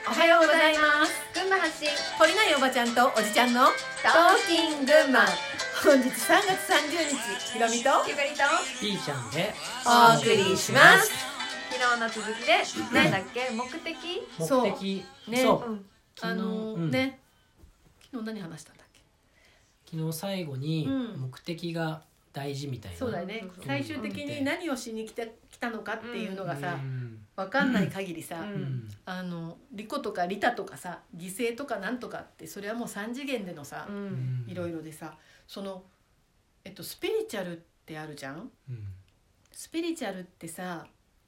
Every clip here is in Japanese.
おはようございます。 群馬発信懲りないおばちゃんとおじちゃんのトーキン群馬。 本日3月30日、ひろみとゆかりとピーちゃんでお送りします。 昨日の続きで何だっけ、目的。 そう目的ねそう、 うん昨日ね、昨日何話したんだっけ。 昨日最後にうん目的が大事みたいな、 そうだね、 そう最終的に何をしに来たのかっていうのがさ、 うん分かんない限りさ、 うん利己とか利他とかさ、犠牲とかなんとかって、それはもう3次元でのさ、いろいろでさ、そのスピリチュアルってあるじゃん。 うんスピリチュアルってさ、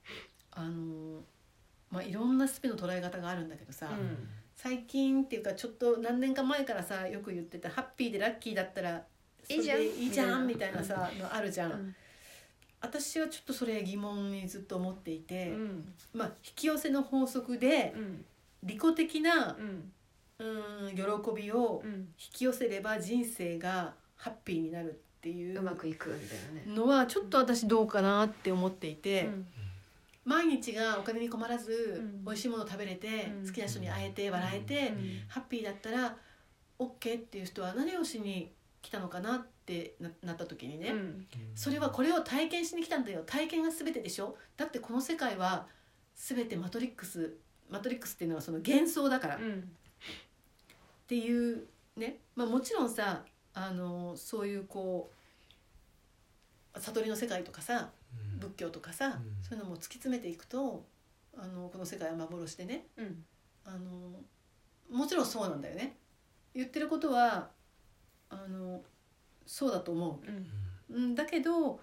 いろんなスピの捉え方があるんだけどさ、最近っていうかちょっと何年か前からさ、よく言ってたハッピーでラッキーだったらそれでいいじゃんみたいなさのあるじゃん。私はちょっとそれ疑問にずっと思っていて、引き寄せの法則で利己的な喜びを引き寄せれば人生がハッピーになるっていううまくいくんだよね。 のはちょっと私どうかなって思っていて、 うん毎日がお金に困らず、 うん美味しいもの食べれて、 うん好きな人に会えて笑えて、ハッピーだったら OK っていう人は何をしに来たのかなってなった時にね、それはこれを体験しに来たんだよ。体験が全てでしょ。だってこの世界は全てマトリックスっていうのはその幻想だから、っていうね、もちろんさ、そういうこう悟りの世界とかさ、仏教とかさ、そういうのも突き詰めていくとこの世界は幻でね、もちろんそうなんだよね。言ってることはそうだと思う、だけど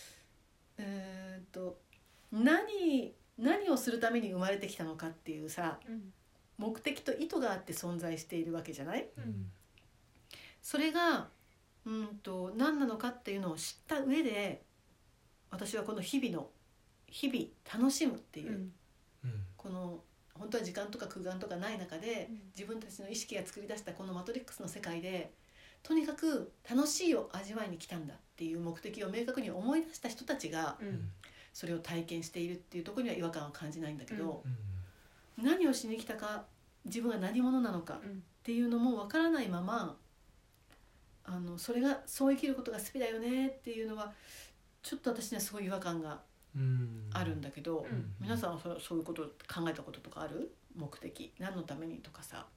何をするために生まれてきたのかっていうさ、目的と意図があって存在しているわけじゃない。それが何なのかっていうのを知った上で、私はこの日々楽しむっていう、この本当は時間とか空間とかない中で、自分たちの意識が作り出したこのマトリックスの世界でとにかく楽しいを味わいに来たんだっていう目的を明確に思い出した人たちが、それを体験しているっていうところには違和感を感じないんだけど、何をしに来たか、自分が何者なのかっていうのもわからないまま、それがそう生きることが好きだよねっていうのはちょっと私にはすごい違和感があるんだけど、皆さんはそういうことを考えたこととかある？目的何のためにとかさ。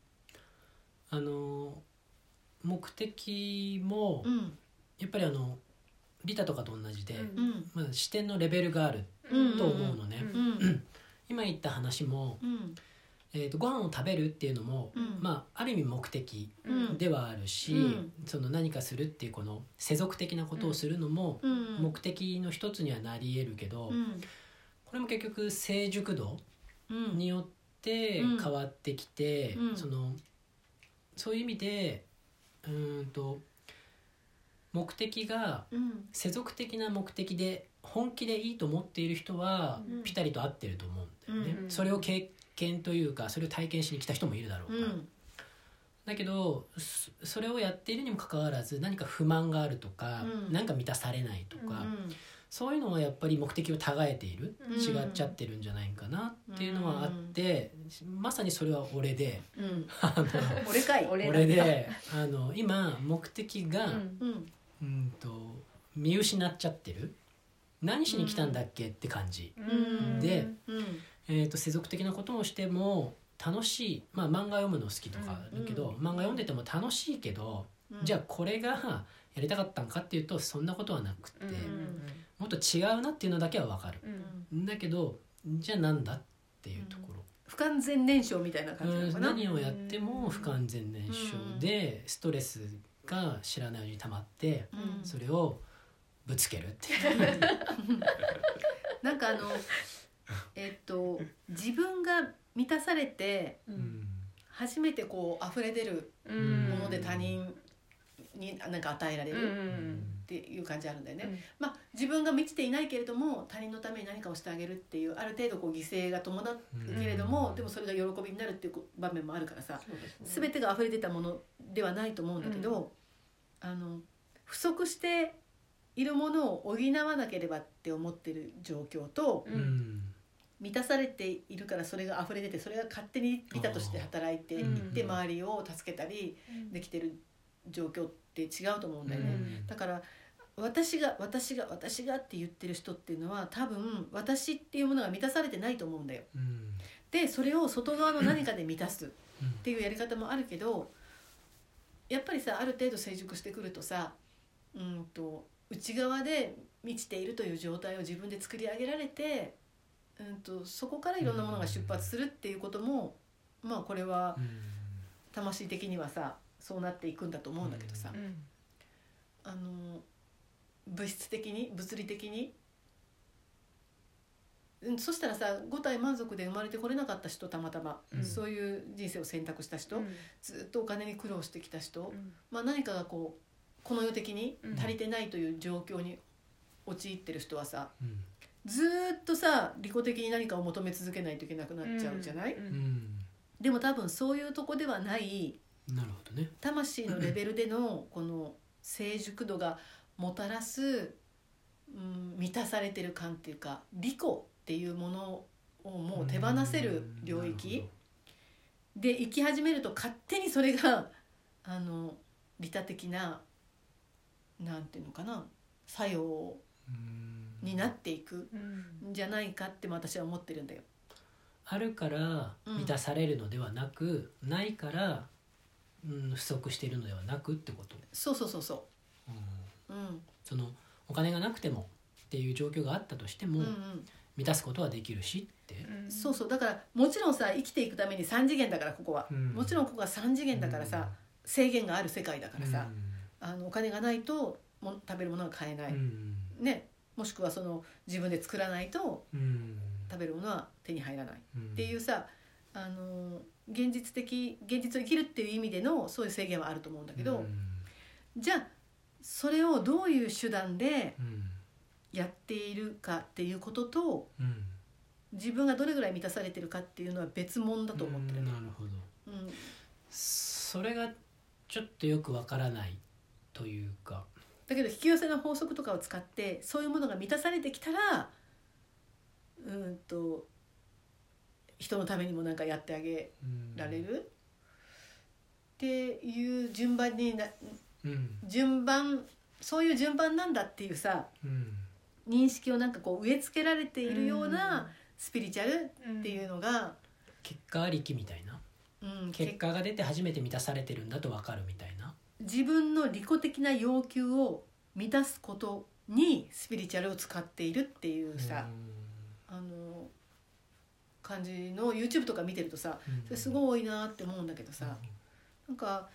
目的もやっぱり利他とかと同じで、視点のレベルがあると思うのね。今言った話も、ご飯を食べるっていうのも、ある意味目的ではあるし、その何かするっていうこの世俗的なことをするのも目的の一つにはなり得るけど、これも結局成熟度によって変わってきて、そういう意味で目的が世俗的な目的で本気でいいと思っている人はピタリと合ってると思うんだよね。それを経験というか、それを体験しに来た人もいるだろうから、だけどそれをやっているにもかかわらず何か不満があるとか、何か満たされないとか、そういうのはやっぱり目的を違えている、違っちゃってるんじゃないかなっていうのはあって、まさにそれは俺で、 俺かい。 俺で今目的が、見失っちゃってる。何しに来たんだっけって感じ、で、世俗的なことをしても楽しい、漫画読むの好きとかあるけど、漫画読んでても楽しいけど、じゃあこれがやりたかったんかっていうとそんなことはなくて、もっと違うなっていうのだけは分かる、だけどじゃあなんだっていうところ、 不完全燃焼みたいな感じなのかな。 何をやっても不完全燃焼で、ストレスが知らないうちに溜まって、それをぶつけるっていうなんか自分が満たされて、初めてこう溢れ出るもので他人に何か与えられるっていう感じあるんだよね。自分が満ちていないけれども他人のために何かをしてあげるっていう、ある程度こう犠牲が伴うけれども、でもそれが喜びになるっていう場面もあるからさ、全てが溢れ出たものではないと思うんだけど、不足しているものを補わなければって思ってる状況と、 満たされているからそれが溢れ出て、それが勝手に利他として働いていって周りを助けたりできてる状況って違うと思うんだよね。だから私がって言ってる人っていうのは多分私っていうものが満たされてないと思うんだよ。でそれを外側の何かで満たすっていうやり方もあるけど、やっぱりさある程度成熟してくるとさ、内側で満ちているという状態を自分で作り上げられて、そこからいろんなものが出発するっていうことも、まあこれは魂的にはさそうなっていくんだと思うんだけどさ、物質的に物理的に、そしたらさ五体満足で生まれてこれなかった人、たまたま、そういう人生を選択した人、ずっとお金に苦労してきた人、何かがこの世的に足りてないという状況に陥ってる人はさ、ずっとさ利己的に何かを求め続けないといけなくなっちゃうじゃない、でも多分そういうとこではない、 なるほどね、 魂のレベルでのこの成熟度がもたらす、満たされてる感っていうか、利己っていうものをもう手放せる領域で生き始めると、勝手にそれが利他的ななんていうのかな作用になっていくんじゃないかって私は思ってるんだよ。 あるから満たされるのではなく、ないから、不足しているのではなくってこと。 そう、 そのお金がなくてもっていう状況があったとしても、満たすことはできるしって、 そうだからもちろんさ生きていくために3次元だからここは、もちろんここは3次元だからさ、制限がある世界だからさ、お金がないと食べるものが買えない、ね、もしくはその自分で作らないと食べるものは手に入らない、っていうさ現実を生きるっていう意味でのそういう制限はあると思うんだけど、じゃあそれをどういう手段でやっているかっていうことと、自分がどれぐらい満たされてるかっていうのは別物だと思ってる。 なるほど、それがちょっとよくわからないというか、 だけど引き寄せの法則とかを使ってそういうものが満たされてきたら、人のためにも何かやってあげられるっていう順番にそういう順番なんだっていうさ、認識をなんかこう植え付けられているようなスピリチュアルっていうのが、 結果ありきみたいな、結果が出て初めて満たされてるんだと分かるみたいな、 自分の利己的な要求を満たすことにスピリチュアルを使っているっていうさ、感じの YouTube とか見てるとさ、それすごい多いなって思うんだけどさ、なんか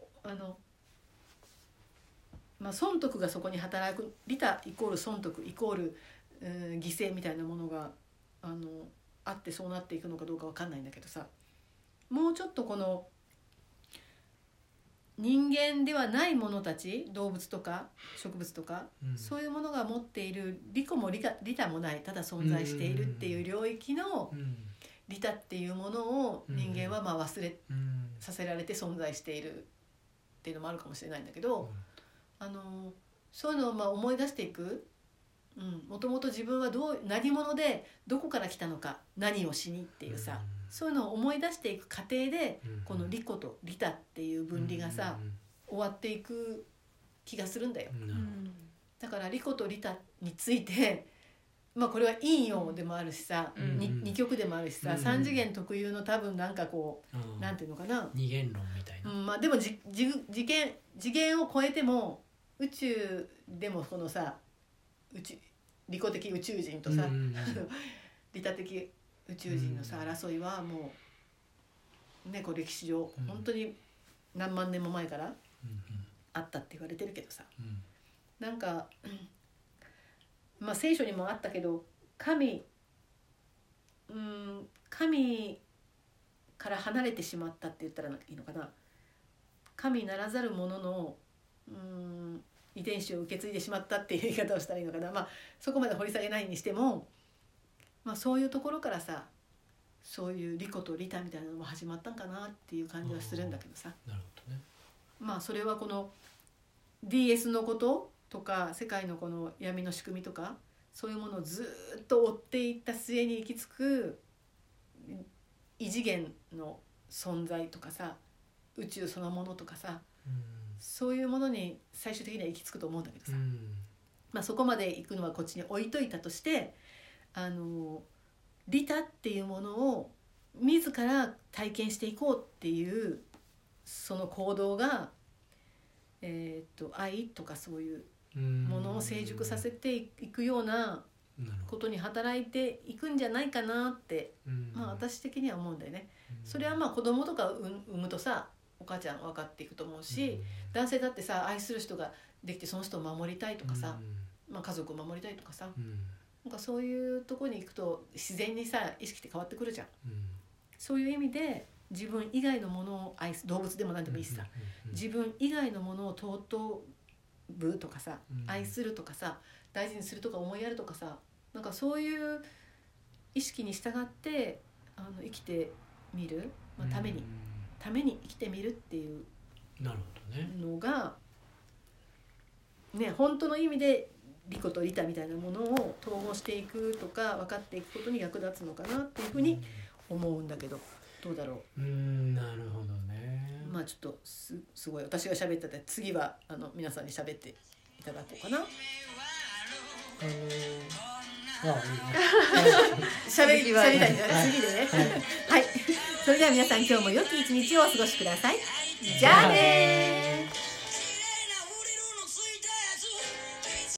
損得がそこに働く、利他イコール損得イコール、犠牲みたいなものがあってそうなっていくのかどうか分かんないんだけどさ、もうちょっとこの人間ではないものたち、動物とか植物とか、そういうものが持っている利己も利他もない、ただ存在しているっていう領域の利他っていうものを人間は忘れさせられて存在しているっていうのもあるかもしれないんだけど、そういうのを思い出していく、もともと自分は何者でどこから来たのか、何をしにっていうさ、そういうのを思い出していく過程で、この利己と利他っていう分離がさ、終わっていく気がするんだよ。だから利己と利他について、これは陰陽でもあるしさ、二極でもあるしさ、三次元特有の多分なんかこう、なんていうのかな、 二元論みたいな、 でも次元を超えても宇宙でもこのさ利己的宇宙人とさ、利他的宇宙人のさ争いはもうね、こう歴史上本当に何万年も前からあったって言われてるけどさ、なんか聖書にもあったけど、神から離れてしまったって言ったらいいのかな、神ならざる者の遺伝子を受け継いでしまったっていう言い方をしたらいいのかな、そこまで掘り下げないにしても、そういうところからさ、そういう利己と利他みたいなのも始まったんかなっていう感じはするんだけどさ。 なるほどね。 それはこの DS のこととか世界のこの闇の仕組みとか、 そういうものをずっと追っていった末に行き着く異次元の存在とかさ、宇宙そのものとかさ、そういうものに最終的には行き着くと思うんだけどさ、まあ、そこまで行くのはこっちに置いといたとして、利他っていうものを自ら体験していこうっていうその行動が、愛とかそういうものを成熟させていくようなことに働いていくんじゃないかなって、まあ、私的には思うんだよね。それはまあ子供とか産むとさ、お母ちゃん分かっていくと思うし、男性だってさ、愛する人ができてその人を守りたいとかさ、まあ、家族を守りたいとかさ、なんかそういうところに行くと自然にさ意識って変わってくるじゃん。そういう意味で自分以外のものを愛す、動物でも何でもいいしさ、自分以外のものを尊ぶとかさ、愛するとかさ、大事にするとか思いやるとかさ、なんかそういう意識に従って生きてみる、まあ、ために生きてみるっていうのがね、本当の意味で利己と利他みたいなものを統合していくとか分かっていくことに役立つのかなっていうふうに思うんだけど、どうだろう。 なるほどね。 まあちょっとすごい私が喋ったで、次は皆さんに喋っていただこうかな。喋りたいんだよね、次でね。はい、それでは皆さん今日も良き一日をお過ごしください。じゃあねー。